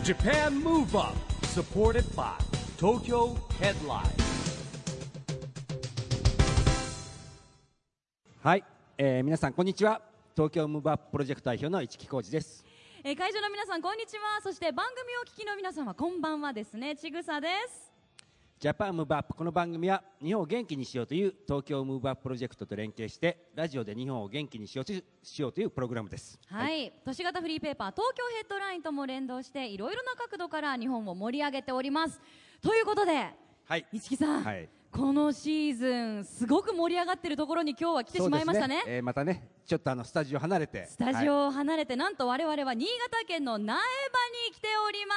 Japan Move Up supported by Tokyo Headline。 はい、皆さんこんにちは。東京ムーブアッププロジェクト代表の市木浩司です。 会場の皆さんこんにちは。そして番組をお聞きの皆様こんばんはですね、ちぐさです。 ジャパンムーブアップ、この番組は日本を元気にしようという東京ムーブアッププロジェクトと連携してラジオで日本を元気にしようというプログラムです。 はい、都市型フリーペーパー東京ヘッドラインとも連動していろいろな角度から日本を盛り上げております。ということで、 はい、 市木さん、 はい、 このシーズンすごく盛り上がっているところに今日は来てしまいましたね。 またね、ちょっとスタジオ離れてなんと我々は新潟県の苗場に来ております、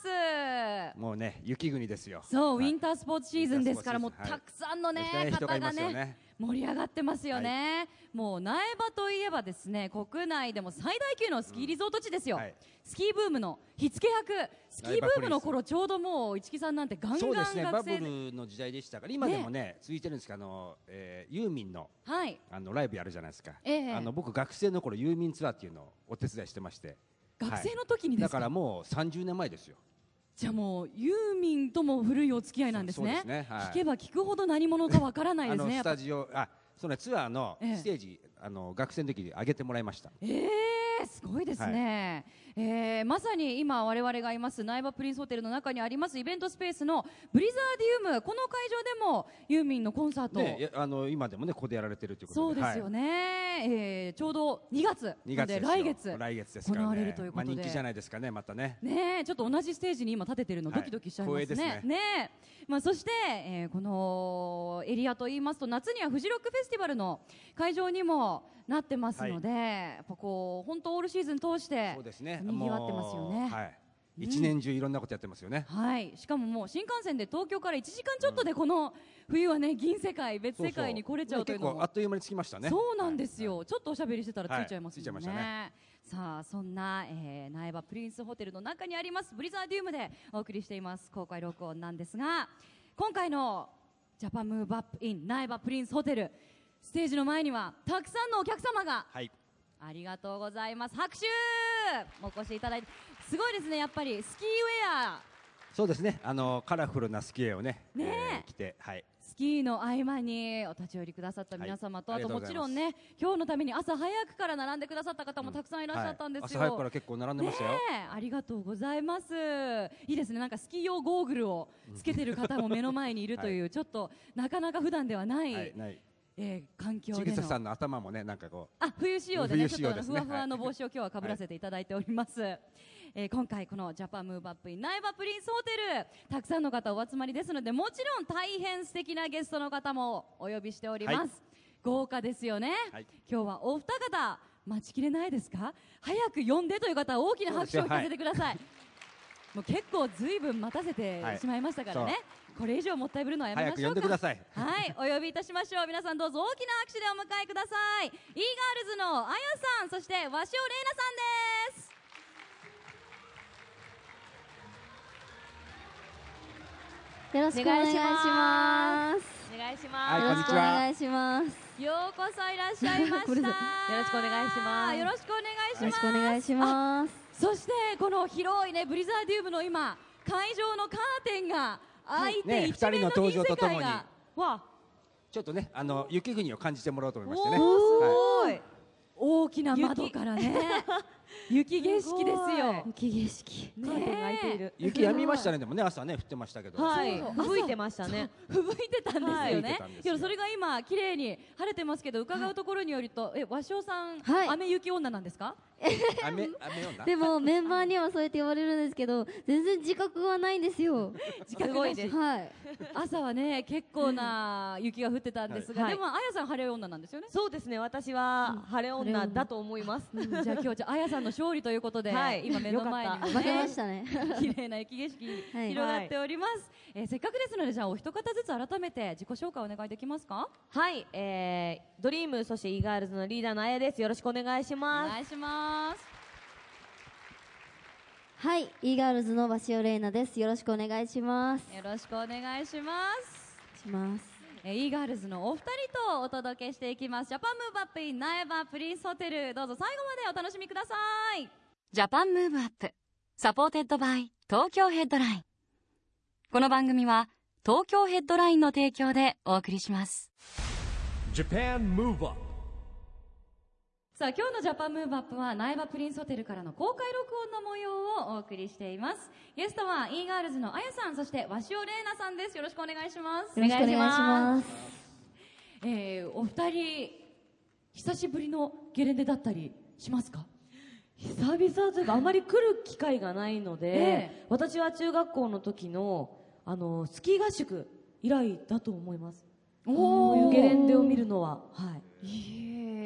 はい、もうね雪国ですよ。 そう、ウィンタースポーツシーズンですから、もうたくさんの、ね、方がね盛り上がってますよね、はい、もう苗場といえばですね、国内でも最大級のスキーリゾート地ですよ、はい、スキーブームの火付け役、スキーブームの頃ちょうどもう市木さんなんてガンガンそうですね、 学生バブルの時代でしたから、今でもね続いてるんですけど、ユーミンの、はい、ライブやるじゃないですか、僕学生の頃ユーミンツアーっていうのをお手伝いしてまして、 学生の時にですか？ だからもう30年前ですよ。 じゃあもうユーミンとも古いお付き合いなんですね。 そうですね、はい、 聞けば聞くほど何者かわからないですね。 スタジオ、そうね、ツアーのステージ、学生の時に上げてもらいました。 すごいですね、はい、まさに今我々がいます苗場プリンスホテルの中にありますイベントスペースのブリザーディウム、この会場でもユーミンのコンサート、 ね、今でもねここでやられてるということで、そうですよね、はい、ちょうど2月で来月ですからね、 行われるということで、 人気じゃないですかね、またね、 ちょっと同じステージに今立ててるのドキドキしちゃいますね。そして、このエリアといいますと夏にはフジロックフェスティバルの会場にもなってますので、やっぱこう本当オールシーズン通してにぎわってますよね。はい、 一年中いろんなことやってますよね。 はい、しかももう新幹線で東京から1時間ちょっとでこの冬はね銀世界別世界に来れちゃうというのも結構あっという間に着きましたね。 そうなんですよ、ちょっとおしゃべりしてたら着いちゃいますもんね。さあそんな、苗場プリンスホテルの中にありますブリザーディウムでお送りしています公開録音なんですが、今回のジャパンムーブアップイン苗場プリンスホテル、ステージの前にはたくさんのお客様が、はい、ありがとうございます。拍手お越しいただいて、すごいですね、やっぱりスキーウェア、 そうですね、カラフルなスキーウェアをね着て、はい、 スキーの合間にお立ち寄りくださった皆様と、はい、あともちろんね今日のために朝早くから並んでくださった方もたくさんいらっしゃったんですよ、 朝早くから結構並んでましたよ、 ありがとうございます。いいですね、なんかスキー用ゴーグルをつけてる方も目の前にいるという、はい、ちょっとなかなか普段ではない、環境でのちぐささんの頭もねなんかこう冬仕様でね、ちょっとふわふわの帽子を今日はかぶらせていただいております、今回このジャパンムーブアップイン苗場プリンスホテル、たくさんの方お集まりですので、もちろん大変素敵なゲストの方もお呼びしております、はい、豪華ですよね、はい、今日はお二方待ちきれないですか？早く呼んでという方は大きな拍手を聞かせてください、もう結構ずいぶん待たせてしまいましたからね、これ以上もったいぶるのはやめましょうか。 早く呼んでください。 はい、お呼びいたしましょう。皆さんどうぞ大きな拍手でお迎えください。イーガールズのあやさん、そして鷲尾玲奈さんです。 よろしくお願いします。 お願いします。 よろしくお願いします。 ようこそいらっしゃいました。よろしくお願いします。 よろしくお願いします。 よろしくお願いします。 そしてこの広いねブリザーディウムの今会場のカーテンが開いて、一面の銀世界が、 ちょっとね雪国を感じてもらおうと思いましてね。 すごい大きな窓からね雪景色ですよ。 雪景色、 カーテンが開いている。 雪やみましたね。でもね朝ね降ってましたけど、 はい、吹雪いてましたね。吹雪いてたんですよね。けどそれが今綺麗に晴れてますけど、伺うところによると鷲尾さん雨雪女なんですか？ 雨女。 でもメンバーにはそうやって言われるんですけど、全然自覚はないんですよ。 自覚ないです。はい。朝はね結構な雪が降ってたんですが、でもあやさん晴れ女なんですよね。 そうですね。私は晴れ女だと思います。 じゃあ今日あやさんの勝利ということで、今目の前に負けましたね。 綺麗な雪景色広がっております。せっかくですのでじゃあお一方ずつ改めて自己紹介お願いできますか？ はい。ドリームそしてイーガールズのリーダーのあやです。よろしくお願いします。 お願いします。 はい、イーガールズの鷲尾玲奈です。よろしくお願いします。 よろしくお願いします。 イーガールズのお二人とお届けしていきます。ジャパンムーブアップイン苗場プリンスホテル、どうぞ最後までお楽しみください。 ジャパンムーブアップサポーテッドバイ東京ヘッドライン。この番組は東京ヘッドラインの提供でお送りします。 Japan Move Up。 さあ、今日のジャパンムーブアップは苗場プリンスホテルからの公開録音の模様をお送りしています。ゲストは e ガールズのあやさん、そして鷲尾玲奈さんです。よろしくお願いします。 よろしくお願いします。 お二人久しぶりのゲレンデだったりしますか？ 久々というかあまり来る機会がないので、私は中学校の時のスキー合宿以来だと思います。こういうゲレンデを見るのは。はい。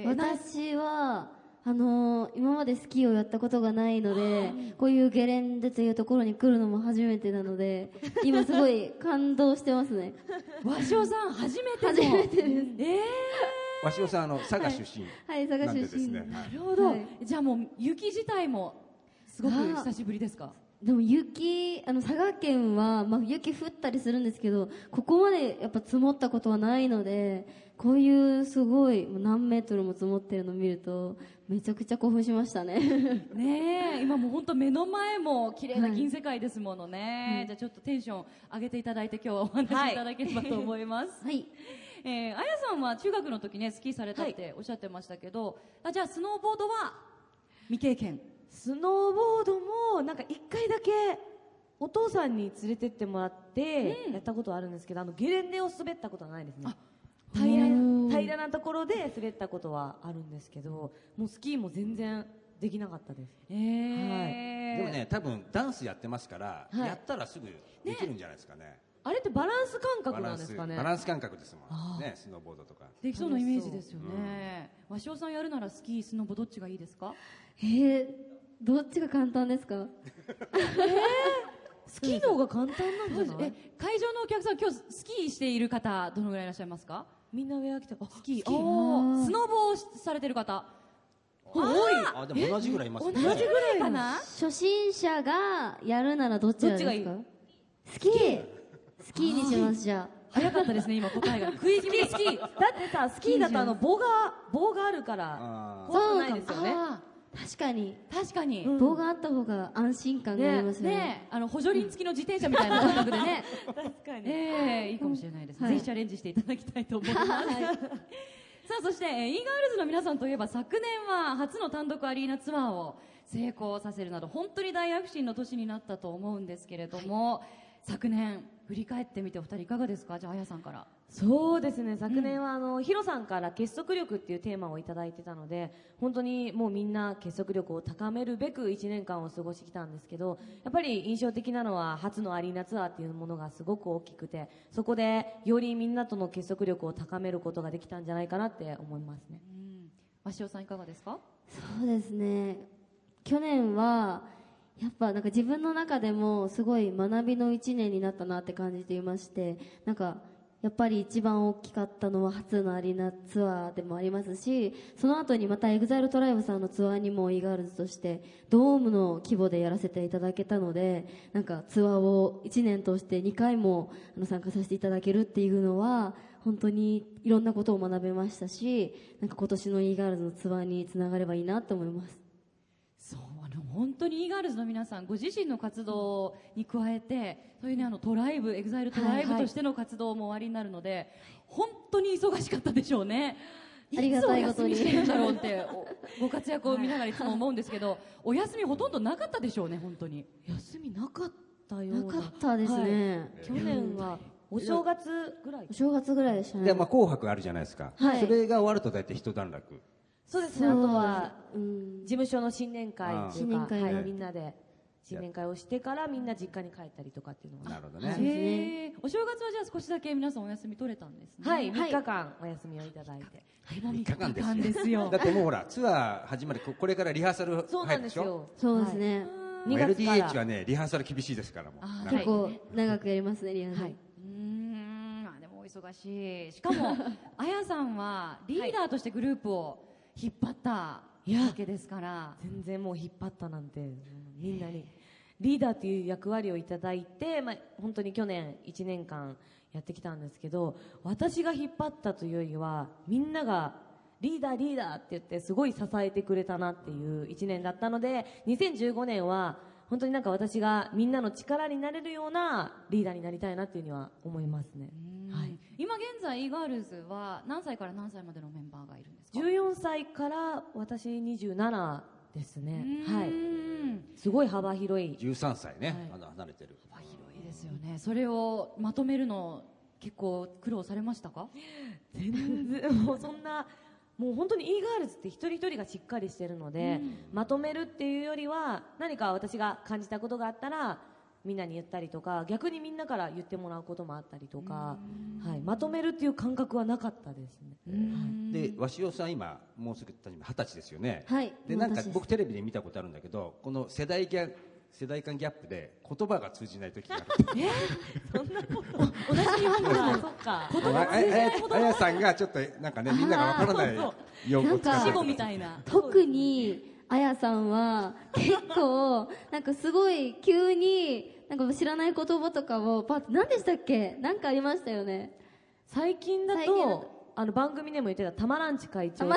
私は今までスキーをやったことがないので、こういうゲレンデというところに来るのも初めてなので、今すごい感動してますね。 鷲尾さん初めての。 初めてです。 鷲尾さん佐賀出身はい佐賀出身。 なるほど。じゃあもう雪自体もすごく久しぶりですか？ でも雪佐賀県は、雪降ったりするんですけど、ここまでやっぱ積もったことはないので、こういうすごい何メートルも積もってるのを見るとめちゃくちゃ興奮しましたね。 ねえ、今もう本当目の前も綺麗な銀世界ですものね。じゃあちょっとテンション上げていただいて今日はお話しいただければと思います。はい。あやさんは中学の時ねスキーされたっておっしゃってましたけど、じゃあスノーボードは未経験？ スノーボードもなんか1回だけお父さんに連れてってもらってやったことはあるんですけど、ゲレンデを滑ったことはないですね。平らなところで滑ったことはあるんですけど、もうスキーも全然できなかったです。 でもね、多分ダンスやってますから、やったらすぐできるんじゃないですかね。 あれってバランス感覚なんですかね。 バランス感覚ですもんね、スノーボードとかできそうなイメージですよね。鷲尾さんやるならスキースノボどっちがいいですか？ どっちが簡単ですか？ スキーの方が簡単なんじゃない？ 会場のお客さん今日スキーしている方どのぐらいいらっしゃいますか？ みんなウェア着て、 スキースノボをされてる方多い。でも同じぐらいいますね。 同じぐらいかな。 初心者がやるならどっちですか？スキーにします。じゃあ早かったですね今答えが。クイズスキーだってさ、スキーだと棒があるから怖くないですよね。 確かに棒があった方が安心感がありますよね。 補助輪付きの自転車みたいな感覚でね。 確かにいいかもしれないです。ぜひチャレンジしていただきたいと思います。さあそして e ガールズの皆さんといえば昨年は初の単独アリーナツアーを成功させるなど本当に大躍進の年になったと思うんですけれども、昨年振り返ってみてお二人いかがですか？じゃああやさんから。 そうですね、昨年はヒロさんから結束力っていうテーマをいただいてたので、本当にもうみんな結束力を高めるべく1年間を過ごしてきたんですけど、やっぱり印象的なのは初のアリーナツアーっていうものがすごく大きくて、そこでよりみんなとの結束力を高めることができたんじゃないかなって思いますね。 鷲尾さんいかがですか？ そうですね、去年はやっぱなんか自分の中でもすごい学びの1年になったなって感じていまして、なんかやっぱり一番大きかったのは初のアリーナツアーでもありますし、その後にまた EXILETRIBE さんのツアーにも e ガールズとしてドームの規模でやらせていただけたので、なんかツアーを1年通して2回も参加させていただけるっていうのは本当にいろんなことを学べましたし、なんか今年の e ガールズのツアーにつながればいいなと思います。 そう、本当に e ガールズの皆さんご自身の活動に加えて、そういうねトライブ、EXILE トライブとしての活動もおありになるので、本当に忙しかったでしょうね。 ありがたいことにいつお休みしてるんだろうってご活躍を見ながらいつも思うんですけど、お休みほとんどなかったでしょうね。本当に休みなかったような。 なかったですね。 去年はお正月ぐらい。 お正月ぐらいでしたね。 で、紅白あるじゃないですか。それが終わると大体一段落。 そうですね。あとは事務所の新年会というか、みんなで新年会をしてからみんな実家に帰ったりとかっていうのが。 なるほどね。 お正月はじゃあ少しだけ皆さんお休み取れたんですね。 はい、3日間お休みをいただいて。 3日間ですよ。 だってもうほらツアー始まり、これからリハーサル入るでしょ。 そうですね。 LDH はねリハーサル厳しいですからもう。 結構長くやりますねリハーサル。 でもお忙しい。しかもあやさんはリーダーとしてグループを引っ張ったわけですから。 全然もう引っ張ったなんてみんなにリーダーという役割をいただいて、本当に去年1年間やってきたんですけど、私が引っ張ったというよりはみんながリーダーリーダーって言ってすごい支えてくれたなっていう1年だったので、2015年は本当になんか私がみんなの力になれるようなリーダーになりたいなっていうには思いますね。 はい、今現在 e-girls は何歳から何歳までのメンバーがいるんですか ？14歳から私27ですね。はい。すごい幅広い。 13歳ね、離れてる。 幅広いですよね。それをまとめるの結構苦労されましたか？ 全然もうそんなもう本当に e-girls って一人一人がしっかりしてるので、まとめるっていうよりは何か私が感じたことがあったらみんなに言ったりとか、逆にみんなから言ってもらうこともあったりとか、はい、まとめるっていう感覚はなかったですね。 で、鷲尾さん今もうすぐ20歳ですよね。 はい。 で、なんか僕テレビで見たことあるんだけど、この世代間ギャップで言葉が通じない時がある。 そんなこと同じような、そっか。 言葉通じないこと。あやさんがちょっとなんかね、みんながわからない用語を使ってる。 みたいな。 特にあやさんは結構なんかすごい急になんか知らない言葉とかをパッと何でしたっけ？なんかありましたよね。 最近だと番組でも言ってたたまらんち会長。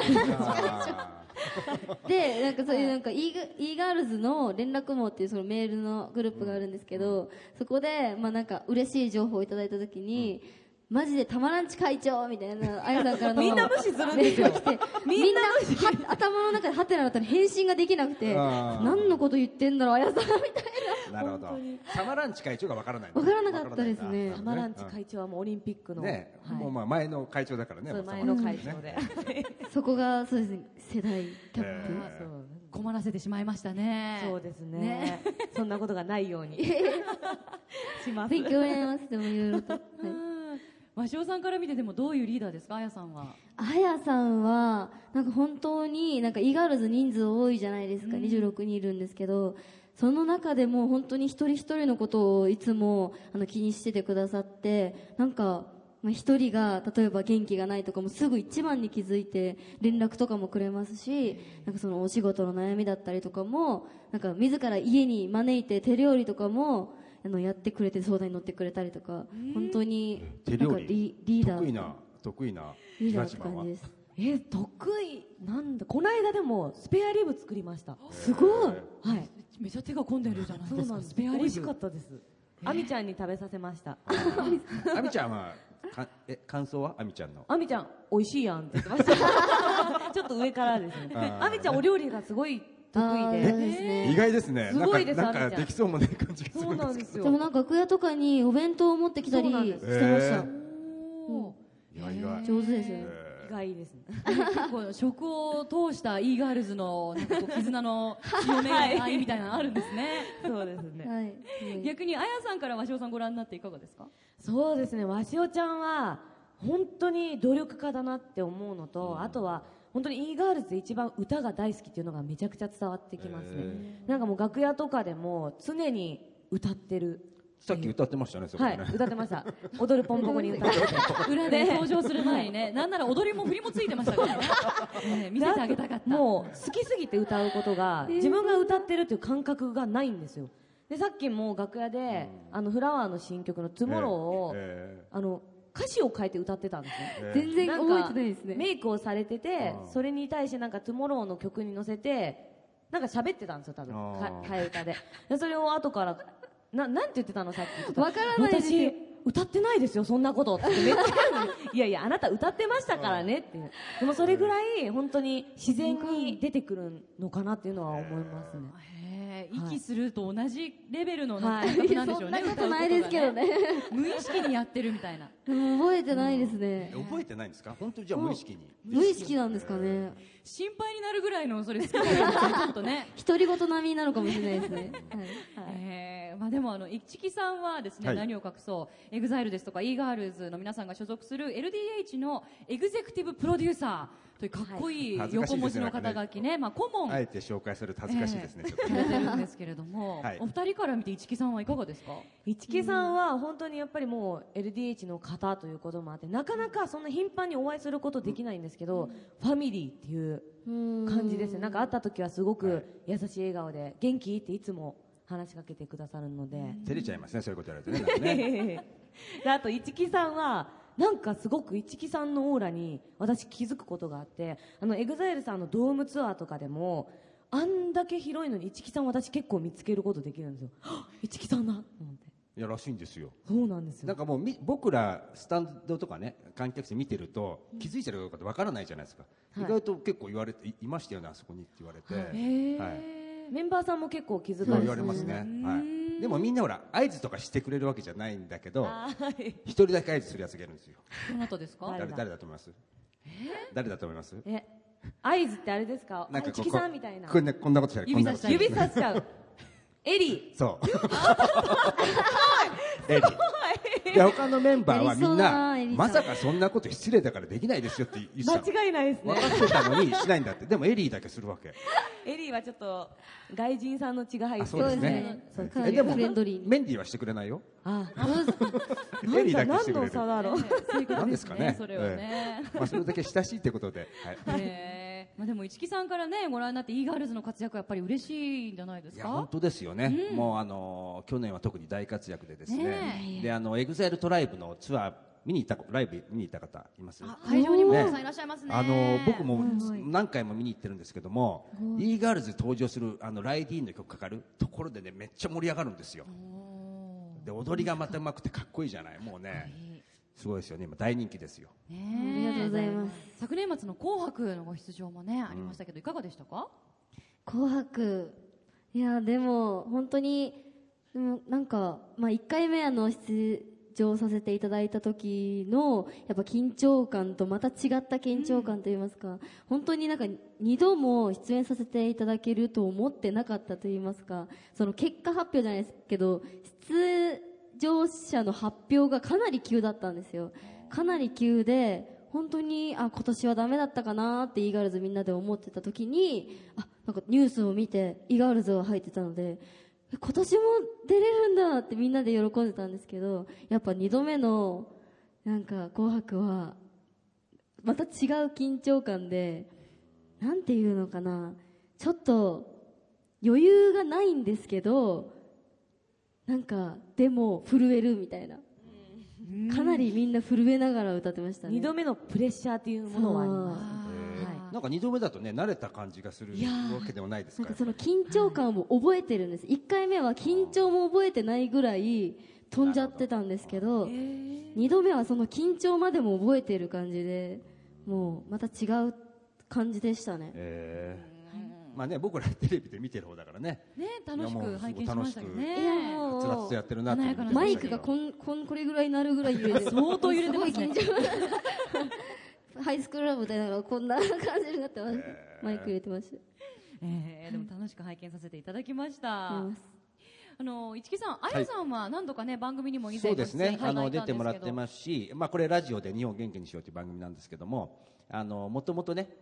でなんかそういうなんか e-girls の連絡網っていうそのメールのグループがあるんですけど、そこでまあなんか嬉しい情報をいただいたときに、マジでたまらんち会長みたいなあやさんからのみんな無視するんですよ。 みんな頭の中でハテナだったら返信ができなくて、何のこと言ってんだろうあやさんみたいな。なるほど。たまらんち会長がわからない。 わからなかったですね。 たまらんち会長はもうオリンピックのね、もうまあ前の会長だからね。 前の会長で。 そこがそうですね、世代ギャップ。 困らせてしまいましたね。 そうですね。そんなことがないようにします。 勉強になります。でもいろいろと。 鷲尾さんから見てでもどういうリーダーですか、あやさんは。 あやさんはなんか本当になんか e-girls 人数多いじゃないですか、26人いるんですけど、その中でも本当に一人一人のことをいつも気にしててくださって、なんか一人が例えば元気がないとかもすぐ一番に気づいて連絡とかもくれますし、なんかそのお仕事の悩みだったりとかもなんか自ら家に招いて手料理とかもやってくれて相談に乗ってくれたりとか、本当になんかリーダー得意なリーダーって感じです。 得意なんだ。この間でもスペアリブ作りました。 すごい。 はい。 めちゃ手が込んでるじゃないですか。 スペアリブ美味しかったです。あみちゃんに食べさせました。 あみちゃんは感想は？あみちゃんの。 あみちゃん美味しいやんって言ってました。ちょっと上からですね。あみちゃんお料理がすごい得意で。 意外ですね。 すごいです。 なんかできそうもね感じがする。 そうなんですよ。 でもなんか楽屋とかにお弁当を持ってきたりしてました。上手ですよね。 意外ですね。 結構食を通した e-girls のなんかこう絆の強め合いみたいなのあるんですね。 そうですね。 逆にあやさんから鷲尾さんご覧になっていかがですか？ そうですね。鷲尾ちゃんは本当に努力家だなって思うのと、あとは本当に e-girls で一番歌が大好きっていうのがめちゃくちゃ伝わってきますね。なんかもう楽屋とかでも常に歌ってる。 さっき歌ってましたね、そこね。 はい、歌ってました。踊るポンポコに歌って裏で登場する前にね、なんなら踊りも振りもついてましたからね。見せてあげたかった。 もう好きすぎて歌うことが、自分が歌ってるっていう感覚がないんですよ。で、さっきも楽屋で、フラワーの新曲の Tomorrow を、歌詞を変えて歌ってたんですね。 全然覚えてないですね。 メイクをされてて、それに対してなんか Tomorrow の曲に乗せて、なんか喋ってたんですよ、多分。替え歌で。それを後から、なんて言ってたのさっき。 わからないですよ。 私、歌ってないですよ、そんなことって。めっちゃいやいや、あなた歌ってましたからねっていう。でもそれぐらい、本当に自然に出てくるのかなっていうのは思いますね。 息すると同じレベルの感覚なんでしょうね。 そんなことないですけどね。 無意識にやってるみたいな。 でも覚えてないですね。 覚えてないんですか？本当にじゃあ無意識に。 無意識なんですかね。 心配になるぐらいのそれ好きなのちょっとね。 独り言並みなのかもしれないですね。 まあでも一木さんはですね、何を隠そうEXILEですとか e-girls の皆さんが所属する LDH のエグゼクティブプロデューサーというかっこいい横文字の肩書きね、まあ顧問あえて紹介すると恥ずかしいですね。 されてるんですけれども、お二人から見て一木さんはいかがですか？ 一木さんは本当にやっぱりもう LDH の方ということもあってなかなかそんな頻繁にお会いすることできないんですけど、ファミリーっていう感じですね。なんか会った時はすごく優しい笑顔で元気っていつも話しかけてくださるので、 照れちゃいますね、そういうこと言われてね。 であと一木さんはなんかすごく一木さんのオーラに私気づくことがあって、EXILE さんのドームツアーとかでもあんだけ広いのに市木さん私結構見つけることできるんですよ。市木さんだと思って。 いやらしいんですよ。 そうなんですよ。 なんかもう僕らスタンドとかね観客席見てると気づいてるかってわからないじゃないですか、意外と結構言われていましたよねあそこにって言われて、 メンバーさんも結構気づかれて言われますね、でもみんなほら合図とかしてくれるわけじゃないんだけど一人だけ合図するやつがいるんですよ。 どなたですか？ 誰だと思います？誰だと思います？ 合図ってあれですか？ なんか市木さんみたいなこんなことしたら指さしちゃうエリー。 そうエリーで他のメンバーはみんなまさかそんなこと失礼だからできないですよって言ってた。 間違いないですね。 分かってたのにしないんだって。でもエリーだけするわけ。 エリーはちょっと外人さんの血が入ってそうですね。でもメンディーはしてくれないよ。エリーだけしてくれる。 何の差だろう。 何ですかね。 それはね。 それだけ親しいってことで。 でも市木さんからねご覧になってイーガールズの活躍はやっぱり嬉しいんじゃないですか？ いや本当ですよね、もう去年は特に大活躍でですね、でEXILEトライブのツアーライブ見に行った方います？ 会場にもたくさんいらっしゃいますね。 僕も何回も見に行ってるんですけども、イーガールズ登場するライディーンの曲かかるところでねめっちゃ盛り上がるんですよ。で踊りがまたうまくてかっこいいじゃない。もうねすごいですよね。今大人気ですよ。 ありがとうございます。 昨年末の紅白のご出場もねありましたけどいかがでしたか？ 紅白いやでも本当になんか1回目出場させていただいた時のやっぱ緊張感とまた違った緊張感といいますか、本当になんか2度も出演させていただけると思ってなかったといいますか、その結果発表じゃないですけど出場者の発表がかなり急だったんですよ。かなり急で本当に今年はダメだったかなってイーガールズみんなで思ってた時になんかニュースを見てイーガールズが入ってたので今年も出れるんだってみんなで喜んでたんですけど、やっぱ2度目のなんか紅白はまた違う緊張感でなんていうのかな、ちょっと余裕がないんですけどなんかでも震えるみたいな、かなりみんな震えながら歌ってましたね。 2度目のプレッシャーっていうものはあります。 なんか2度目だとね慣れた感じがするわけではないですか。 なんかその緊張感を覚えてるんです。1回目は緊張も覚えてないぐらい飛んじゃってたんですけど、2度目はその緊張までも覚えてる感じでもうまた違う感じでしたね。 まあね、僕らテレビで見てる方だからね。 楽しく拝見しましたよね。 はつらつとやってるなって。 マイクがこれぐらいになるぐらい揺れて相当揺れてますね。 ハイスクールラブ歌いながらこんな感じになってます。マイク入れてました。 でも楽しく拝見させていただきました。市木さん、あやさんは何度かね番組にも以前そうですね、出てもらってますし、これラジオで日本元気にしようという番組なんですけども、もともとね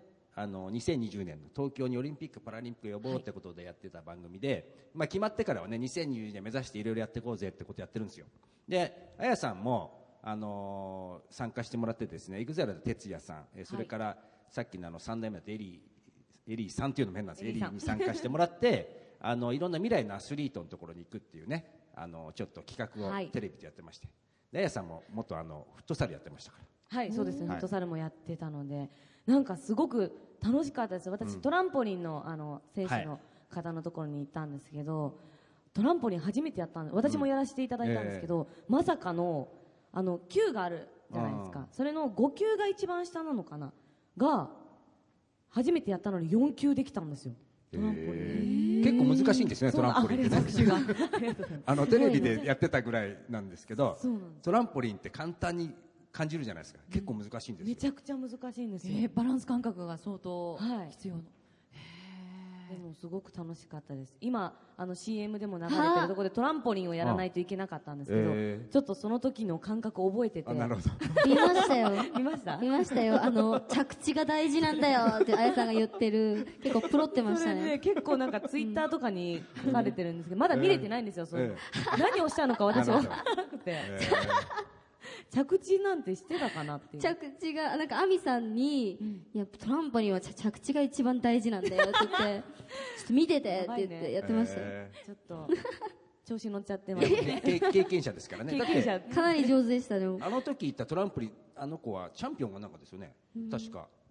2020年の東京にオリンピック・パラリンピックを呼ぼうってことでやってた番組で、決まってからはね2020年目指していろいろやっていこうぜってことやってるんですよ。であやさんも参加してもらってですね、EXILEの哲也さん、それからさっきの3代目だとエリーさんっていうのも変なんです。エリーに参加してもらっていろんな未来のアスリートのところに行くっていうねちょっと企画をテレビでやってまして、であやさんも元フットサルやってましたから。 はい、そうですね、フットサルもやってたのでなんかすごく楽しかったです。私、トランポリンの選手の方のところに行ったんですけど、トランポリン初めてやったんで私もやらせていただいたんですけど、まさかの級があるじゃないですか。それの5級が一番下なのかなが初めてやったのに4級できたんですよ。トランポリン結構難しいんですね、トランポリンってね。テレビでやってたぐらいなんですけど、トランポリンって簡単に感じるじゃないですか。結構難しいんですよ。 めちゃくちゃ難しいんですよ。 バランス感覚が相当必要な。 でもすごく楽しかったです。今CM でも流れてるところでトランポリンをやらないといけなかったんですけど、ちょっとその時の感覚を覚えてて。 なるほど。 見ましたよ。 見ました？ 見ましたよ。着地が大事なんだよってあやさんが言ってる、結構プロってましたね。 それね、結構なんかツイッターとかに書かれてるんですけど、まだ見れてないんですよ。そういうの何をしたのか私は分からなくて。着地なんてしてたかなっていう。 着地がなんかアミさんに、いやトランポリンは着地が一番大事なんだよって言ってちょっと見ててって言ってやってましたよ。 ちょっと調子乗っちゃってますね。 経験者ですからね。 経験者かなり上手でしたね。 あの時行ったトランポリン、あの子はチャンピオンがなんかですよね。確か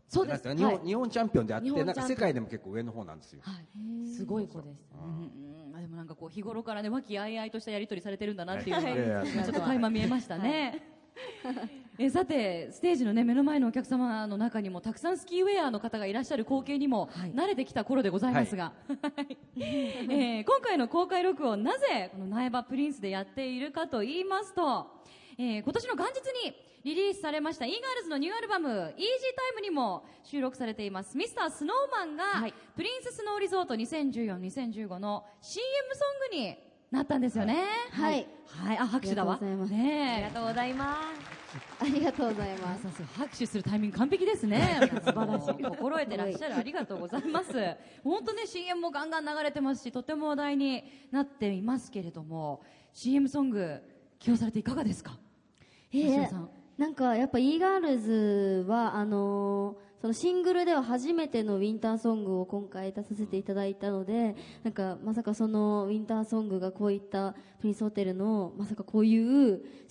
そうですなんか日本チャンピオンであってなんか世界でも結構上の方なんですよ。 すごい子でした。 でもなんかこう日頃からね和気あいあいとしたやり取りされてるんだなっていうのがはいちょっと垣間見えましたね。さてステージのね目の前のお客様の中にもたくさんスキーウェアの方がいらっしゃる光景にも慣れてきた頃でございますが、今回の公開録音なぜこの苗場プリンスでやっているかと言いますと、今年の元日にリリースされました e-girls のニューアルバム Easy Time にも収録されていますミスタースノーマンが、プリンススノーリゾート2014-2015の CM ソングになったんですよね。 はい、 はい、あ拍手だわ。 ありがとうございます。 ありがとうございます。 拍手するタイミング完璧ですね。素晴らしい。心得てらっしゃる。ありがとうございます。本当ね CM もガンガン流れてますし、とても話題になっていますけれども、CM ソング起用されていかがですか。 なんかやっぱ e-girls はそのシングルでは初めてのウィンターソングを今回出させていただいたので、なんかまさかそのウィンターソングがこういったプリンスホテルのまさかこういう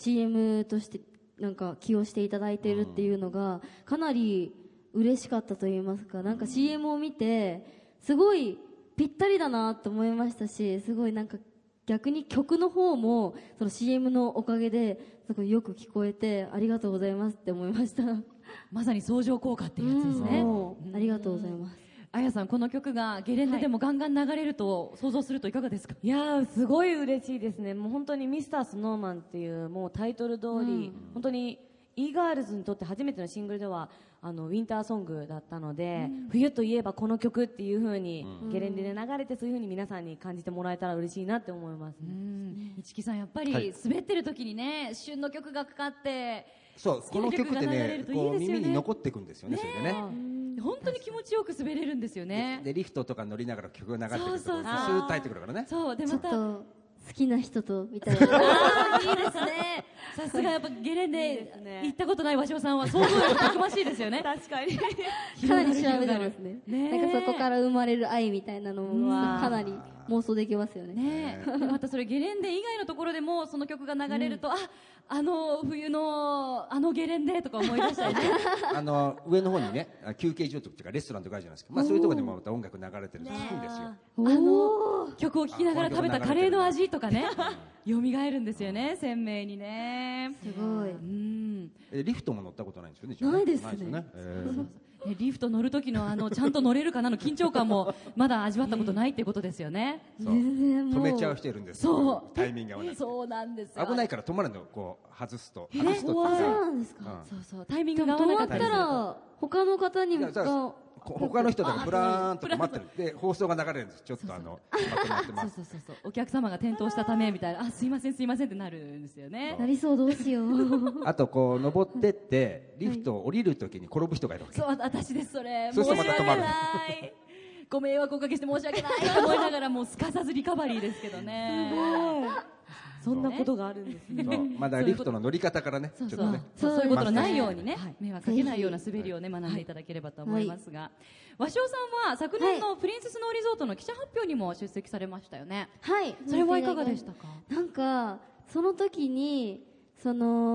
CM としてなんか起用していただいているっていうのがかなり嬉しかったと言いますか、なんか CM を見てすごいぴったりだなと思いましたし、すごいなんか逆に曲の方もその CM のおかげですごいよく聞こえてありがとうございますって思いました。 まさに相乗効果っていうやつですね。 ありがとうございます。 あやさん、この曲がゲレンデでもガンガン流れると想像するといかがですか。 いやーすごい嬉しいですね。もう本当にミスタースノーマンっていうもうタイトル通り、本当にe-girlsにとって初めてのシングルではウィンターソングだったので、冬といえばこの曲っていう風にゲレンデで流れて、そういう風に皆さんに感じてもらえたら嬉しいなって思いますね。 市木さん、やっぱり滑ってる時にね、旬の曲がかかってそうこの曲ってねこう耳に残っていくんですよね。それでね本当に気持ちよく滑れるんですよね。 でリフトとか乗りながら曲が流れてくるとスーッと入ってくるからね。 そうでまた好きな人とみたいな。 いいですね。さすがやっぱゲレンデ行ったことない鷲尾さんは想像力たくましいですよね。 確かにかなり調べてますね。なんかそこから生まれる愛みたいなのもかなり妄想できますよね。 またそれゲレンデ以外のところでもその曲が流れると、あの冬のゲレンデとか思い出したりね。 上の方にね休憩所とかレストランとかあるじゃないですか。まあそういうところでもまた音楽流れてると聞くんですよ。 曲を聴きながら食べたカレーの味とかね蘇るんですよね、鮮明にね。 すごい。 リフトも乗ったことないんですよね。 ないですね。 リフト乗る時のちゃんと乗れるかなの緊張感もまだ味わったことないっていうことですよね。 止めちゃう人いるんです。そうタイミングが合わない。 そうなんですよ。 危ないから止まるのこう外すとそうなんですか。 そうタイミングが合わなかったりすると。 止まったら他の方にも他の人がブラーンと止まってるで放送が流れるんです。ちょっとまとまってます。 そうお客様が転倒したためみたいな、すいませんってなるんですよね。 なりそう、どうしよう。 あとこう登ってってリフトを降りるときに転ぶ人がいるわけ。 そう私です。それそうするとまた止まる。 ご迷惑をおかけして申し訳ないと思いながらもうすかさずリカバリーですけどね。 すごい。そんなことがあるんですね。 まだリフトの乗り方からね、ちょっとね、 そういうことのないようにね、迷惑かけないような滑りをね学んでいただければと思いますが、鷲尾さんは昨年のプリンススノーリゾートの記者発表にも出席されましたよね。 はい。 それはいかがでしたか。 なんかその時にスキ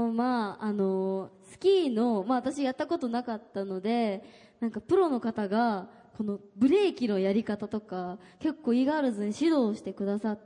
ーの私やったことなかったので、なんかプロの方がこのブレーキのやり方とか結構e-girlsに指導してくださって、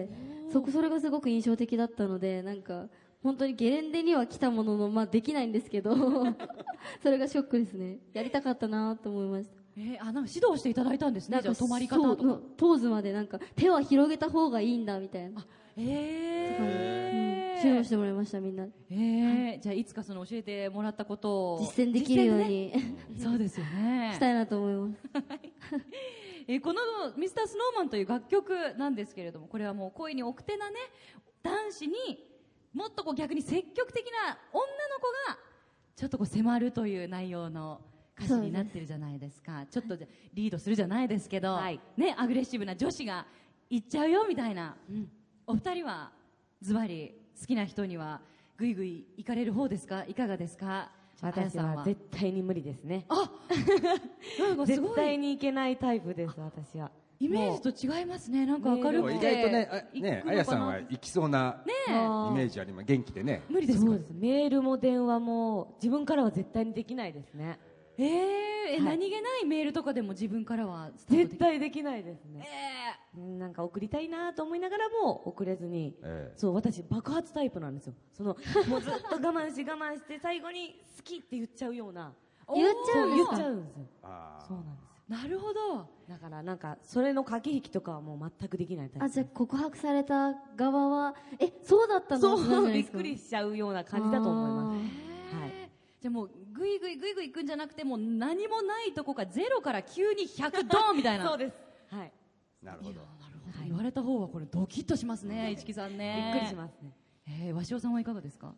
それがすごく印象的だったので、なんか本当にゲレンデには来たもののできないんですけどそれがショックですね。やりたかったなと思いました。 なんか指導していただいたんですね。じゃあ止まり方とかポーズまでなんか手は広げた方がいいんだみたいな指導してもらいました、みんな。 じゃあいつかその教えてもらったことを実践できるようにそうですよねしたいなと思いますこのミスタースノーマンという楽曲なんですけれども、これはもう恋に奥手なね男子にもっと逆に積極的な女の子がちょっと迫るという内容の歌詞になってるじゃないですか。ちょっとリードするじゃないですけど、ね、アグレッシブな女子が行っちゃうよみたいな、お二人はズバリ好きな人にはぐいぐい行かれる方ですか、いかがですか。 私は絶対に無理ですね。 なんかすごい絶対に行けないタイプです。私はイメージと違いますね。なんか明るくて意外とね、あやさんは行きそうなイメージあります。元気でね。 無理ですか。 メールも電話も自分からは絶対にできないですね。 何気ないメールとかでも自分からはスタートでき絶対できないですね。なんか送りたいなと思いながらも送れずに、そう私爆発タイプなんですよ。もうずっと我慢して最後に好きって言っちゃうような。 言っちゃうんですか？ 言っちゃうんですよ。そうなんですよ。 なるほど。 だからなんかそれの駆け引きとかはもう全くできないタイプ。 じゃあ告白された側はそうだったの？ そうびっくりしちゃうような感じだと思います。はい。 じゃあもうぐいぐい行くんじゃなくて、もう何もないとこから0から急に100ドンみたいな。 そうです。はい。 なるほど。 言われた方はこれドキッとしますね、市木さんね。 びっくりしますね。 鷲尾さんはいかがですか？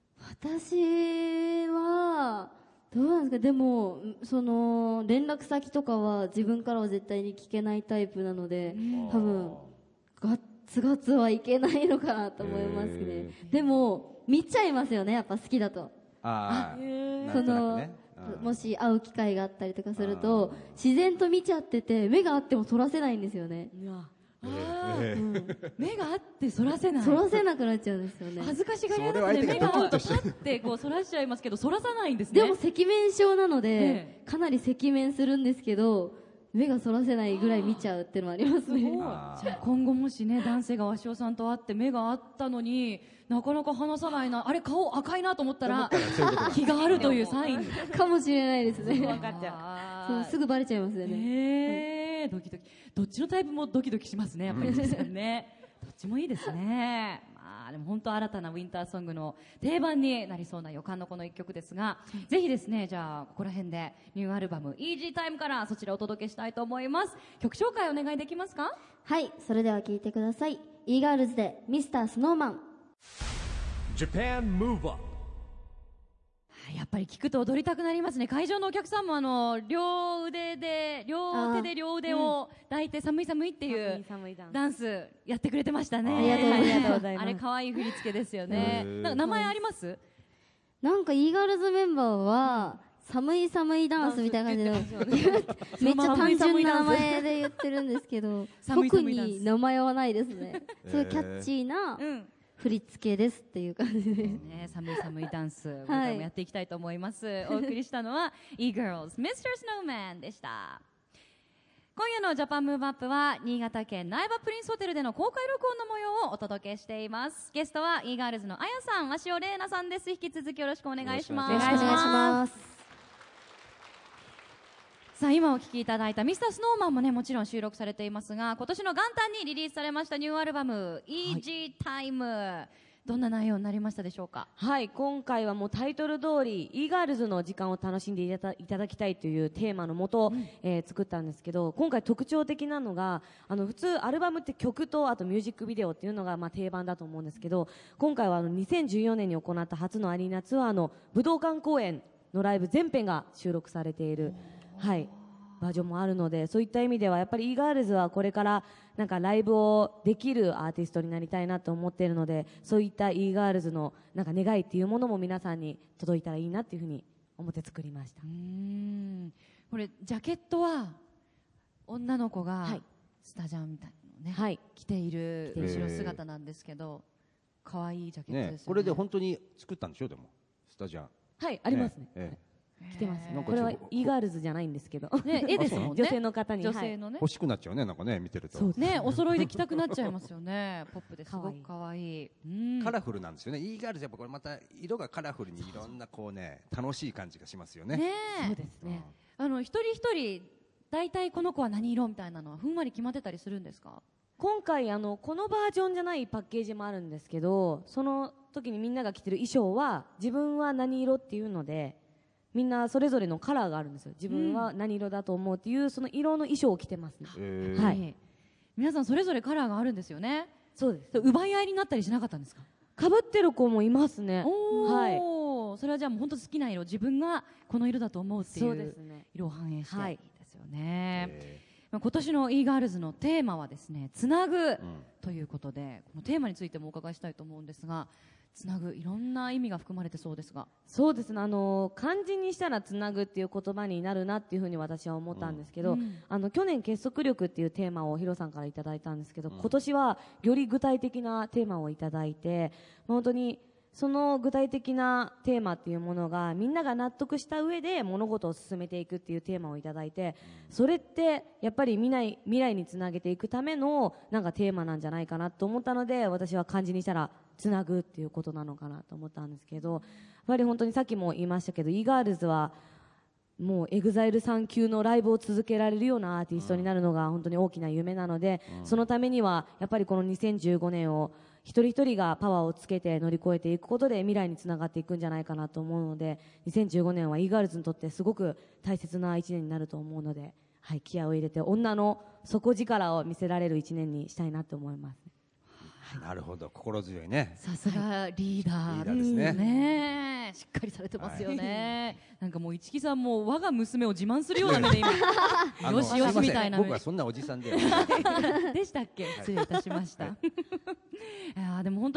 私はどうなんですか。でも連絡先とかは自分からは絶対に聞けないタイプなので、多分ガッツガツはいけないのかなと思いますね。でも見ちゃいますよね、やっぱ好きだと。もし会う機会があったりとかすると自然と見ちゃってて、目があってもそらせないんですよね。 目があってそらせない、 そらせなくなっちゃうんですよね。 恥ずかしがり屋なので目が合うとパッてこうそらしちゃいますけど、そらさないんですね。 でも赤面症なので、かなり赤面するんですけど、目がそらせないぐらい見ちゃうっていうのはありますね。 じゃあ今後もしね、男性が鷲尾さんと会って目があったのになかなか話さないな、あれ顔赤いなと思ったら気があるというサインかもしれないですね。 分かっちゃう。そう、すぐバレちゃいますよね。 ドキドキ。どっちのタイプもドキドキしますね、やっぱり市木さんね。どっちもいいですね。でも本当新たなウィンターソングの定番になりそうな予感のこの一曲ですが、ぜひですね、じゃあここら辺でニューアルバム Easy Time からそちらをお届けしたいと思います。曲紹介お願いできますか？ はい、それでは聴いてください。イーガールズでミスタースノーマン。 Japan Move Up。 やっぱり聞くと踊りたくなりますね。会場のお客さんも両手で両腕を抱いて寒い寒いっていうダンスやってくれてましたね。 ありがとうございます。 あれ可愛い振り付けですよね。なんか名前あります？ なんかイーガールズメンバーは寒い寒いダンスみたいな感じでめっちゃ単純な名前で言ってるんですけど特に名前はないですね。すごいキャッチーな振り付けですっていう感じですね。寒い寒いダンス、これからもやっていきたいと思います。お送りしたのは E-Girls Mr. Snowman でした。今夜のジャパンムーブアップは新潟県苗場プリンスホテルでの公開録音の模様をお届けしています。ゲストは E-Girls のあやさん、鷲尾玲奈さんです。引き続きよろしくお願いします。 よろしくお願いします。 さあ今お聴きいただいたミスタースノーマンもねもちろん収録されていますが、今年の元旦にリリースされましたニューアルバム Easy Time、どんな内容になりましたでしょうか？ はい、今回はもうタイトル通り E-Girls の時間を楽しんでいただきたいというテーマのもと、作ったんですけど、今回特徴的なのが普通アルバムって曲とあとミュージックビデオっていうのが定番だと思うんですけど、今回は2014年に行った初のアリーナツアーの武道館公演のライブ全編が収録されている、バージョンもあるので、そういった意味ではやっぱり E-Girls はこれからなんかライブをできるアーティストになりたいなと思っているので、そういった E-Girls のなんか願いっていうものも皆さんに届いたらいいなっていうふうに思って作りました。 これジャケットは女の子がスタジャンみたいなのね、着ている後ろ姿なんですけど、可愛いジャケットですよね。 これで本当に作ったんでしょ？でもスタジャンありますね。来てます。これは E-Girls じゃないんですけど、 絵ですもんね。 女性の方に欲しくなっちゃうね、なんかね見てるとね、お揃いで着たくなっちゃいますよね。ポップですごく可愛い。 カラフルなんですよね。E-Girls やっぱこれまた色がカラフルにいろんなこうね楽しい感じがしますよね。 そうですね。 一人一人大体この子は何色みたいなのはふんわり決まってたりするんですか？ 今回このバージョンじゃないパッケージもあるんですけど、その時にみんなが着てる衣装は自分は何色っていうので。みんなそれぞれのカラーがあるんですよ。自分は何色だと思うっていうその色の衣装を着てますね。 皆さんそれぞれカラーがあるんですよね。 そうです。 奪い合いになったりしなかったんですか？ 被ってる子もいますね。 それはじゃあもう本当好きな色、自分がこの色だと思うっていう色を反映してですよね。今年の E-Girls のテーマはですね、つなぐということで、このテーマについてもお伺いしたいと思うんですが、つなぐいろんな意味が含まれてそうですが。 そうですね、漢字にしたらつなぐっていう言葉になるなっていうふうに私は思ったんですけど、去年結束力っていうテーマをヒロさんからいただいたんですけど、今年はより具体的なテーマをいただいて、本当にその具体的なテーマっていうものがみんなが納得した上で物事を進めていくっていうテーマをいただいて、それってやっぱり未来につなげていくためのなんかテーマなんじゃないかなと思ったので、私は漢字にしたらつなぐっていうことなのかなと思ったんですけど、やっぱり本当にさっきも言いましたけど、E-Girlsはもう EXILE さん級のライブを続けられるようなアーティストになるのが本当に大きな夢なので、そのためにはやっぱりこの2015年を一人一人がパワーをつけて乗り越えていくことで未来につながっていくんじゃないかなと思うので、2015年は E-Girls にとってすごく大切な1年になると思うので、はい、気合を入れて女の底力を見せられる1年にしたいなと思います。 なるほど、心強いね。 さすがリーダー、 リーダーですね。 ねえ、しっかりされてますよね。なんかもう市木さんも我が娘を自慢するような目で今よしよしみたいな僕はそんなおじさんででしたっけ、失礼いたしました。いやでも本当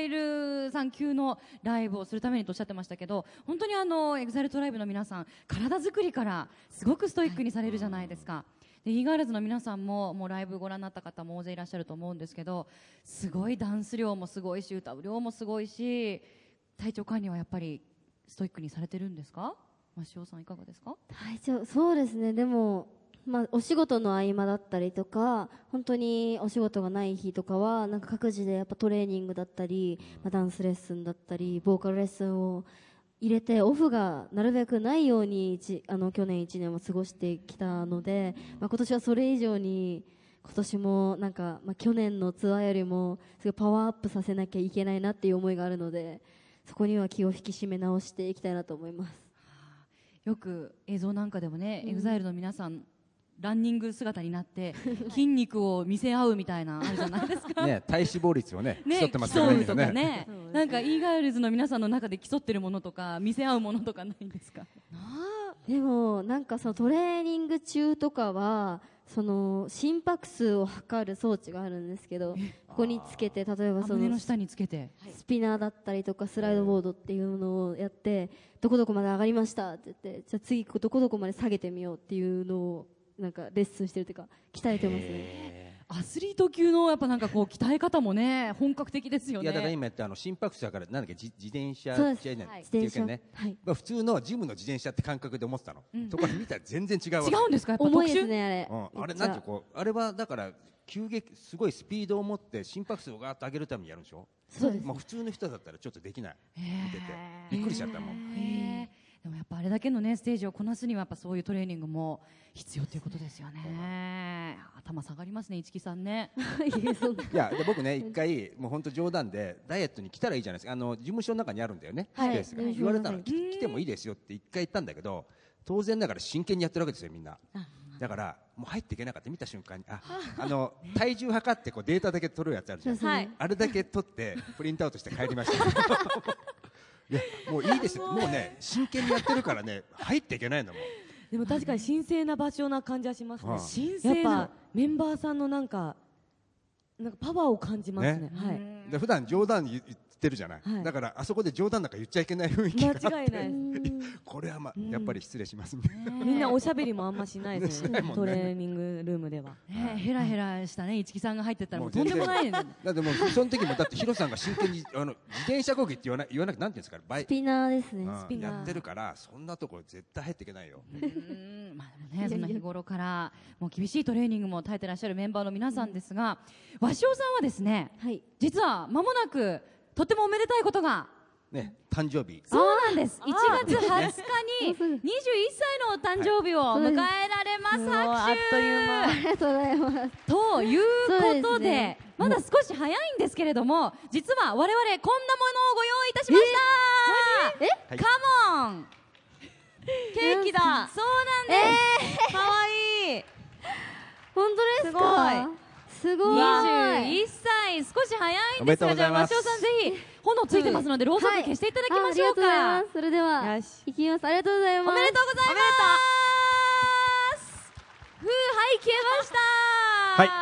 EXILE さん級のライブをするためにとおっしゃってましたけど、本当にEXILEトライブの皆さん体作りからすごくストイックにされるじゃないですか。でE-Girlsの皆さんももうライブご覧になった方も大勢いらっしゃると思うんですけど、すごいダンス量もすごいし、歌う量もすごいし、体調管理はやっぱりストイックにされてるんですか？しおさんいかがですか？ そうですね。でもお仕事の合間だったりとか、本当にお仕事がない日とかはなんか各自でやっぱトレーニングだったり、ダンスレッスンだったりボーカルレッスンを入れて、オフがなるべくないように去年1年も過ごしてきたので、今年はそれ以上に今年もなんか、去年のツアーよりもすごいパワーアップさせなきゃいけないなっていう思いがあるので、そこには気を引き締め直していきたいなと思います。 よく映像なんかでもね、EXILE の皆さんランニング姿になって筋肉を見せ合うみたいなあるじゃないですかね、体脂肪率をね競ってますよね。 競うとかね、なんか E-Girls の皆さんの中で競ってるものとか見せ合うものとかないんですか？ でもなんかそのトレーニング中とかはその心拍数を測る装置があるんですけど、ここにつけて、例えばその胸の下につけてスピナーだったりとかスライドボードっていうのをやって、どこどこまで上がりましたって言って、じゃあ次どこどこまで下げてみようっていうのをなんかレッスンしてるというか鍛えてますね。 アスリート級のやっぱなんかこう鍛え方もね本格的ですよね。 いやだから今やって心拍数だからなんだっけ、自転車っていうかね、普通のジムの自転車って感覚で思ってたの。ところ見たら全然違うわけ。 違うんですか？やっぱ重いですねあれ。 あれなんてこうあれはだから急激すごいスピードを持って心拍数をガーッと上げるためにやるんでしょ。 そうです。 普通の人だったらちょっとできない。見ててびっくりしちゃったもん。 でもやっぱあれだけのねステージをこなすにはやっぱそういうトレーニングも必要ということですよね。頭下がりますね、市木さんね。 いやで僕ね一回もう本当冗談でダイエットに来たらいいじゃないですか。事務所の中にあるんだよね、スペースが。言われたら来てもいいですよって一回言ったんだけど、当然ながら真剣にやってるわけですよみんな。だからもう入っていけなかった。見た瞬間に体重測ってこうデータだけ取るやつあるじゃん。あれだけ取ってプリントアウトして帰りました。いやもういいですよ、もうね真剣にやってるからね入っていけないんだもん。 でも確かに神聖な場所な感じはしますね。 神聖なやっぱメンバーさんのなんかパワーを感じますね。はい。 で普段冗談言ってるじゃない。だからあそこで冗談なんか言っちゃいけない雰囲気があって。 間違いない。 これはやっぱり失礼しますみたいな。 みんなおしゃべりもあんましないですね。トレーニングルームでは。 ヘラヘラしたね市木さんが入ってったらもうとんでもないね。 だってもうその時もだってヒロさんが真剣に自転車こぎって言わなくてなんていうんですか、 スピナーですね。 やってるからそんなところ絶対入っていけないよ。 まあでもねそんな日頃からもう厳しいトレーニングも耐えてらっしゃるメンバーの皆さんですが、鷲尾さんはですね、実は間もなくとってもおめでたいことがね、誕生日。 そうなんです。1月20日に21歳のお誕生日を迎えられます。拍手。 あっという間。 ありがとうございます。 ということで、まだ少し早いんですけれども、実は我々こんなものをご用意いたしました。カモン。 ケーキだ。 そうなんです。 かわいい。 本当ですか？すごい。 21歳、少し早いんですが、じゃあ鷲尾さんぜひ炎ついてますのでろうそく消していただきましょうか。 それでは行きます。ありがとうございます。 おめでとうございます。はい消えました。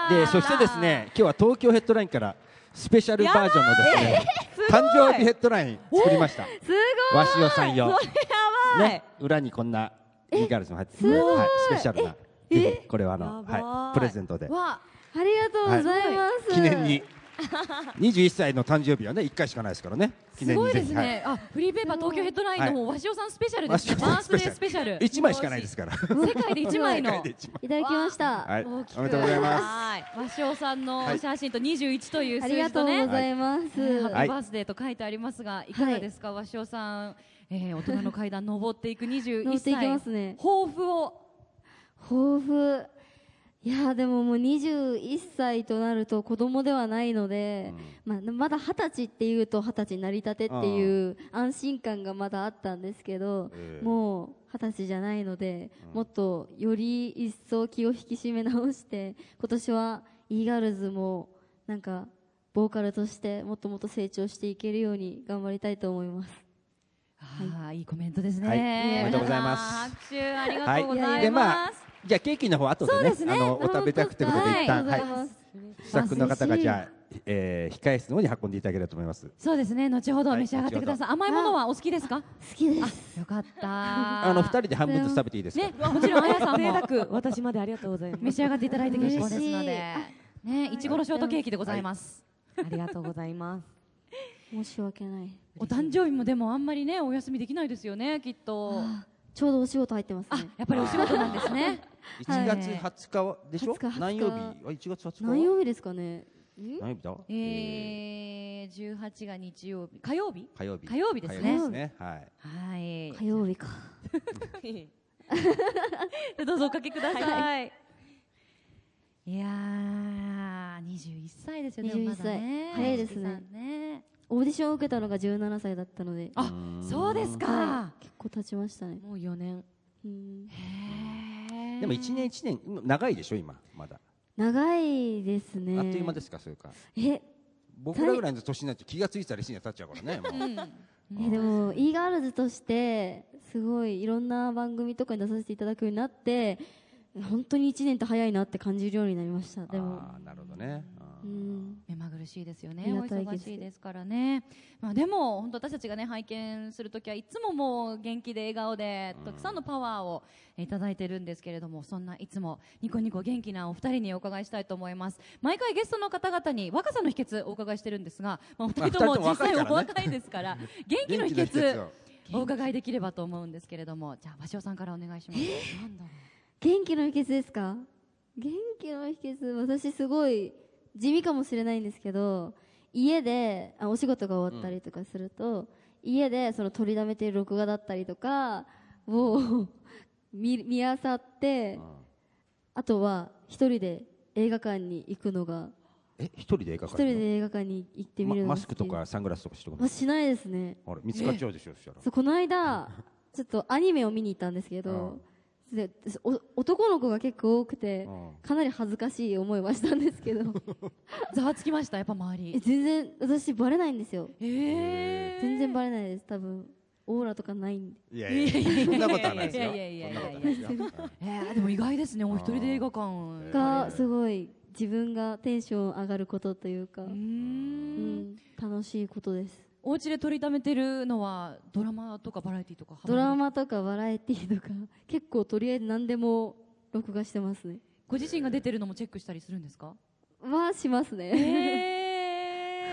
はい。でそしてですね、今日は東京ヘッドラインからスペシャルバージョンのですね誕生日ヘッドライン作りました。 すごい。 鷲尾さんよ。 それやばい。 ね、裏にこんなE-Girlsも入ってる。はい、スペシャルな。これははい、プレゼントで。 ありがとうございます。 記念に 21歳の誕生日はね1回しかないですからね。記すごい念にぜひ。 ですね。あ、フリーペーパー東京ヘッドラインの方、鷲尾さんスペシャルですね。バースデースペシャル。 1枚しかないですから。 世界で1枚の。 世界で一枚いただきました。 はい、お大きくめでとうございます。 はい、鷲尾さんの写真と21というありがとう数字とね、 ございます。 ハッピーはいバースデーと書いてありますが、いかがですか、鷲尾さん、大人の階段登っていく21 登っていき歳、 ますね。 抱負を。 抱負。いやでももう21歳となると子供ではないので、まだ20歳っていうと20歳成り立てっていう安心感がまだあったんですけど、もう20歳じゃないので、もっとより一層気を引き締め直して今年は e ガールズもなんかボーカルとしてもっともっと成長していけるように頑張りたいと思います。 いいコメントですね。 はいおめでとうございます拍手ありがとうござでいます。 じゃあケーキの方後でねそうですねお食べたくということで一旦、 はいありがとうございますスタッフの方がじゃあ、控え室の方に運んでいただければと思います。 そうですね。後ほど召し上がってください。甘いものはお好きですか？ 好きです。 よかった。 2人で半分ずつ食べていいですか？ ね、もちろんあやさんも贅沢、私までありがとうございます。 召し上がっていただいて結構ですの嬉しで、ね、いちごのショートケーキでございます。 ありがとうございます。 申し訳ない。 お誕生日もでもあんまりねお休みできないですよね、きっと。 ちょうどお仕事入ってますあ、 ね。 やっぱりお仕事なんですね。 1月20日でしょ、 20日何曜日1月20日は何曜日ですかね。 何曜日だ、 18が日曜日、火曜日？ 火曜日火曜日ですね。 火曜日ですね、はいはい。 火曜日か。 どうぞおかけください。いやー、21歳ですよね。 21 まだね早いですね石木さんね。 オーディションを受けたのが17歳だったので、 あ、そうですか。 結構経ちましたね。 もう4年。 でも1年1年長いでしょ今まだ、 長いですね。 あっという間ですか？それか僕らぐらいの年になって気がついたら1年経っちゃうからねもうでも e ガールズとしてすごいいろんな番組とかに出させていただくようになって、本当に1年って早いなって感じるようになりました。でもなるほどね、 目まぐるしいですよね。 ありおがたいです忙しいですからね。まあでも本当私たちがね拝見するときはいつももう元気で笑顔でたくさんのパワーをいただいてるんですけれども、そんないつもニコニコ元気なお二人にお伺いしたいと思います。毎回ゲストの方々に若さの秘訣をお伺いしてるんですが、まあお二人とも実際お若いですから元気の秘訣お伺いできればと思うんですけれども、じゃあ鷲尾さんからお願いします。なんだろう。 元気の秘訣ですか？元気の秘訣、私すごい地味かもしれないんですけど、家でお仕事が終わったりとかすると、家でその取りだめている録画だったりとかを見漁って、あとは一人で映画館に行くのが、 一人で映画一館人で映画館に行ってみるのが好き。 マスクとかサングラスとかしてるまあ、しないですね。 あれ見つかっちゃうでしょ、そしたらそう、この間ちょっとアニメを見に行ったんですけど、で男の子が結構多くて、かなり恥ずかしい思いはしたんですけどざわつきました、やっぱ周り。 全然私バレないんですよ。 全全然バレないです。多分オーラとかないんで。 いやいやそんなことはないですよ。 いやいやいやいやそんなことはないですよ。 でも意外ですね、お一人で映画館がすごい自分がテンション上がることというか、楽しいことです。 お家で撮りためてるのはドラマとかバラエティとか？ ドラマとかバラエティとか結構とりあえず何でも録画してますね。 ご自身が出てるのもチェックしたりするんですか？ はしますね。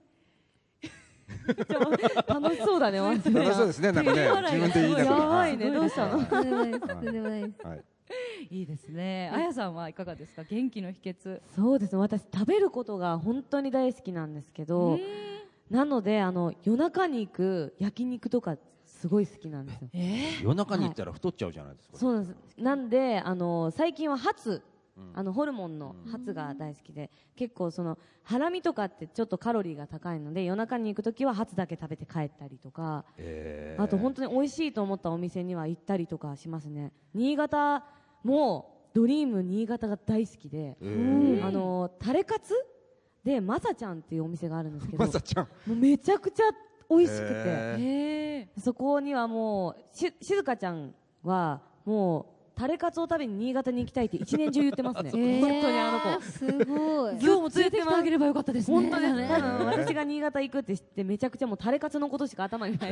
楽しそうだね、ワンちゃん。 楽しそうですね、なんかね、自分で言いながら。 やばいね、どうしたの？ とんでもないです。とんでもないです。 いいですね。あやさんはいかがですか？元気の秘訣。 そうですね、私食べることが本当に大好きなんですけど、なので夜中に行く焼肉とかすごい好きなんですよ。 夜中に行ったら太っちゃうじゃないですか。 そうなんです。なんで最近はハツ、ホルモンのハツが大好きで、結構ハラミとかってちょっとカロリーが高いので夜中に行くときはハツだけ食べて帰ったりとか、あと本当に美味しいと思ったお店には行ったりとかしますね。新潟もドリーム新潟が大好きで、タレカツでまさちゃんっていうお店があるんですけど、 まさちゃんもうめちゃくちゃ美味しくて、そこにはもう静香ちゃんはもうタレカツを食べに新潟に行きたいって一年中言ってますね。本当にあの子すごい。 今日も連れてきてあげればよかったですね。 本当ですね。多分私が新潟行くって知ってめちゃくちゃもうタレカツのことしか頭にない。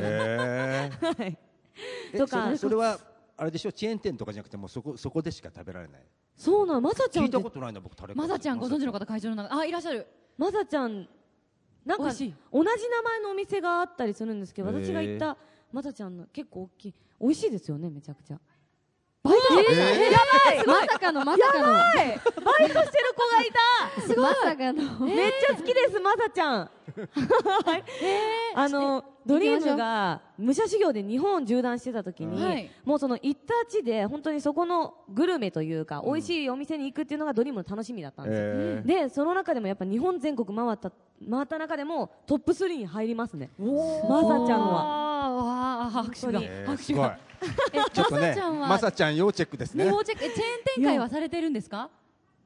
とかそれはあれでしょ、チェーン店とかじゃなくてもうそこでしか食べられない。 そうなの、まさちゃん聞いたことないんだ僕。タレカツまさちゃんご存知の方会場の中、いらっしゃる。 まさちゃんなんか同じ名前のお店があったりするんですけど、私が行ったまさちゃんの結構大きい、美味しいですよね、めちゃくちゃ。 バイトしてる、やばい、 まさかのまさかのバイトしてる子がいた。 すごいまさかのめっちゃ好きですまさちゃん。ドリームが武者修行で日本縦断してた時に、 はい、 もうその行った地で本当にそこのグルメというか、美味しいお店に行くっていうのがドリームの楽しみだったんですよ。でその中でもやっぱ日本全国回った中でもトップ3に入りますね、まさちゃんは。 拍手が拍手が。 ちょっとね、まさちゃん要チェックですね。 要チェック。チェーン展開はされてるんですか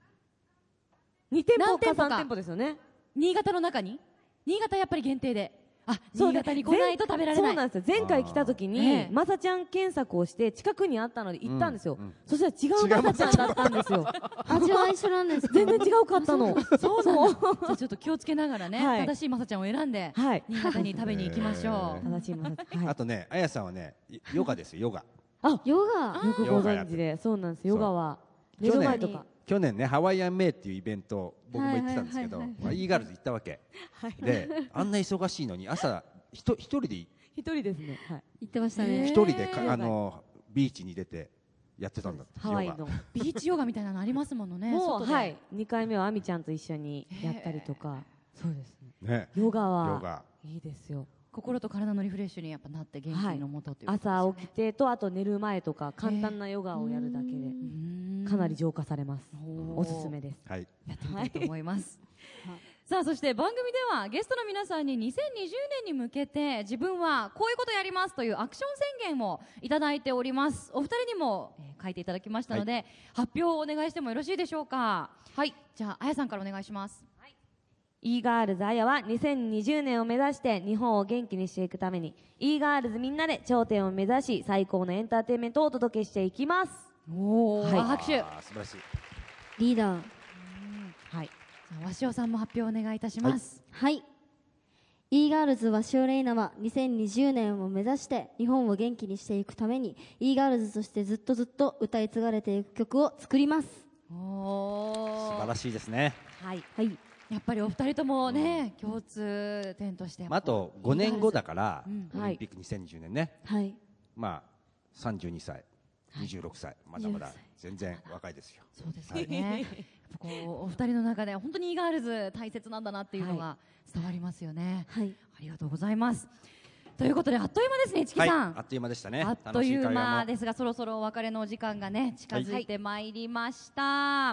？2店舗か3店舗ですよね。 新潟の中に？新潟やっぱり限定で。新潟に来ないと食べられない。 そうなんですよ。前回来た時にまさちゃん検索をして近くにあったので行ったんですよ。そしたら違うまさちゃんだったんですよ。 味は一緒なんですか？ 全然違うかったの。 そうなの。じゃあちょっと気をつけながらね、正しいまさちゃんを選んで新潟に食べに行きましょう。 正しいまさちゃん。 あとね、あやさんはね、ヨガですよ、ヨガ。 ヨガよくご存知で。そうなんです。ヨガは寝る前とか。 去年ね、ハワイアンメイっていうイベント僕も行ってたんですけど、イーガールズ行ったわけで、あんな忙しいのに朝一人ですね。 行ってましたね。 一人でビーチに出てやってたんだって。 ハワイのビーチヨガみたいなのありますものね。 もうはい、2回目はあみちゃんと一緒にやったりとか。そうですね。ヨガはいいですよ。 心と体のリフレッシュにやっぱなって元気のもとという、 朝起きてとあと寝る前とか簡単なヨガをやるだけでかなり浄化されます。おすすめです。 はい、 やってみたいと思います。さあそして番組ではゲストの皆さんに2020年に向けて自分はこういうことやりますというアクション宣言をいただいております。お二人にも書いていただきましたので、発表をお願いしてもよろしいでしょうか。はい、じゃああやさんからお願いします。 イーガールズあやは2020年を目指して日本を元気にしていくためにイーガールズみんなで頂点を目指し最高のエンターテインメントをお届けしていきます。 拍手。 素晴らしい。 リーダー。 はい。鷲尾さんも発表お願いいたします。 はい。イーガールズ鷲尾レイナは2020年を目指して日本を元気にしていくためにイーガールズとしてずっと歌い継がれていく曲を作ります。 素晴らしいですね。 はい。やっぱりお二人ともね、共通点としてあと5年後だからオリンピック2020年ね、まあ32歳26歳まだまだ全然若いですよ。 そうですよね。お二人の中で本当にイーガールズ大切なんだなっていうのが伝わりますよね。ありがとうございます。ということであっという間ですね、市木さん。 あっという間でしたね。 あっという間ですが、そろそろお別れのお時間がね近づいてまいりました。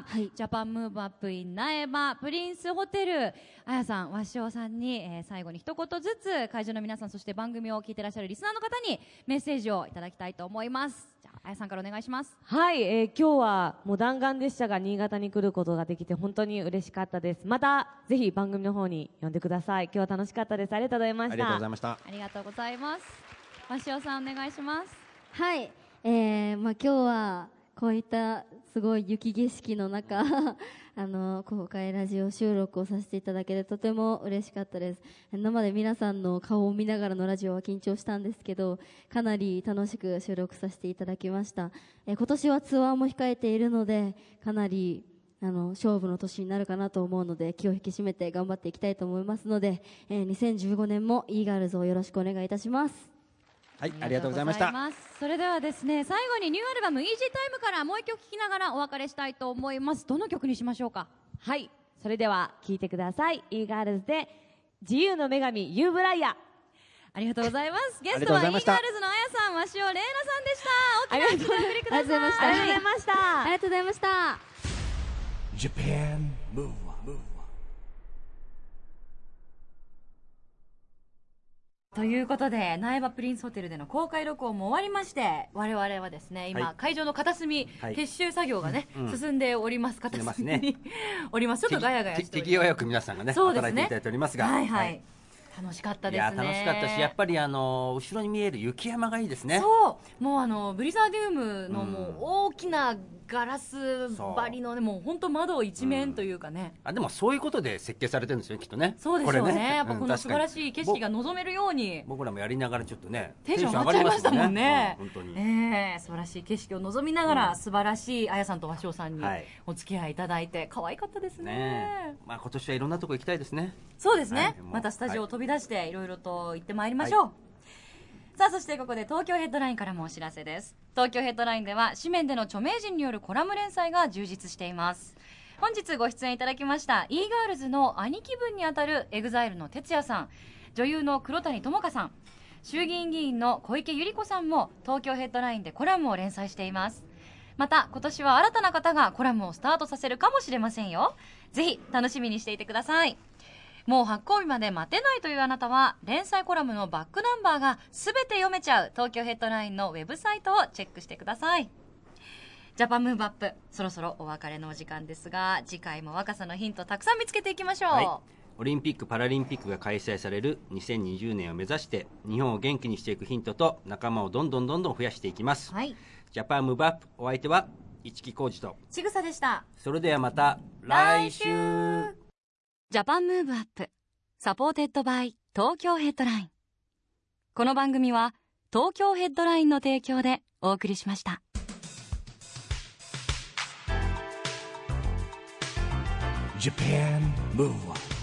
ジャパンムーブアップイン苗場プリンスホテル、あやさん、鷲尾さんに、最後に一言ずつ会場の皆さん、そして番組を聞いていらっしゃるリスナーの方にメッセージをいただきたいと思います。じゃああやさんからお願いします。 はい、今日はもう弾丸でしたが新潟に来ることができて本当に嬉しかったです。またぜひ番組の方に呼んでください。今日は楽しかったです。ありがとうございました。 ありがとうございました。 ありがとうございます。鷲尾さんお願いします。 はい、今日はこういったすごい雪景色の中公開ラジオ収録をさせていただけてとても嬉しかったです。生で皆さんの顔を見ながらのラジオは緊張したんですけど、かなり楽しく収録させていただきました。今年はツアーも控えているのでかなり勝負の年になるかなと思うので気を引き締めて頑張っていきたいと思いますので、2015年もイーガールズをよろしくお願いいたします。 はい、ありがとうございました。 それではですね、最後にニューアルバムイージータイムからもう一曲聴きながらお別れしたいと思います。どの曲にしましょうか。 はい、それでは聴いてください。イーガールズで自由の女神ユーブライヤ。 ありがとうございます。ゲストはイーガールズのあやさん、鷲尾玲奈さんでした。大きな拍手をお送りください。 ありがとうございました。 ありがとうございました。 ありがとうございました。 Japan Move On。 ということで苗場プリンスホテルでの公開録音も終わりまして、我々はですね今、会場の片隅、撤収作業がね、進んでおります。片隅におります。ちょっとガヤガヤして手際よく皆さんがね働いていただいておりますが、 楽しかったいですね。 や楽しかったし、やっぱり後ろに見える雪山がいいですね。 そうもうブリザーディウムのもう大きなガラス張りのね、もう本当窓一面というかね、 でもそういうことで設計されてるんですよきっとね。 そうでしょうね。 これやっぱこの素晴らしい景色が望めるように、 僕らもやりながらちょっとねテンション上がっちゃいましたもんね。 本当に、 素晴らしい景色を望みながら、素晴らしいあやさんとわしおさんにお付き合いいただいて可愛かったですね。 まあ今年はいろんなとこ行きたいですね。 そうですね、またスタジオを飛び出していろいろと行ってまいりましょう。さあそしてここで東京ヘッドラインからもお知らせです。東京ヘッドラインでは紙面での著名人によるコラム連載が充実しています。本日ご出演いただきました e ガールズの兄貴分にあたる EXILE の哲也さん、女優の黒谷友香さん、衆議院議員の小池百合子さんも東京ヘッドラインでコラムを連載しています。また今年は新たな方がコラムをスタートさせるかもしれませんよ。ぜひ楽しみにしていてください。もう発行日まで待てないというあなたは、連載コラムのバックナンバーが全て読めちゃう東京ヘッドラインのウェブサイトをチェックしてください。ジャパンムーブアップ、そろそろお別れのお時間ですが、次回も若さのヒントたくさん見つけていきましょう。 オリンピック・パラリンピックが開催される2020年を目指して日本を元気にしていくヒントと仲間をどんどん増やしていきます。ジャパンムーブアップ、お相手は市木浩二とちぐさでした。 それではまた来週。 ジャパンムーブアップサポーテッドバイ東京ヘッドライン。この番組は東京ヘッドラインの提供でお送りしました。 Japan Move Up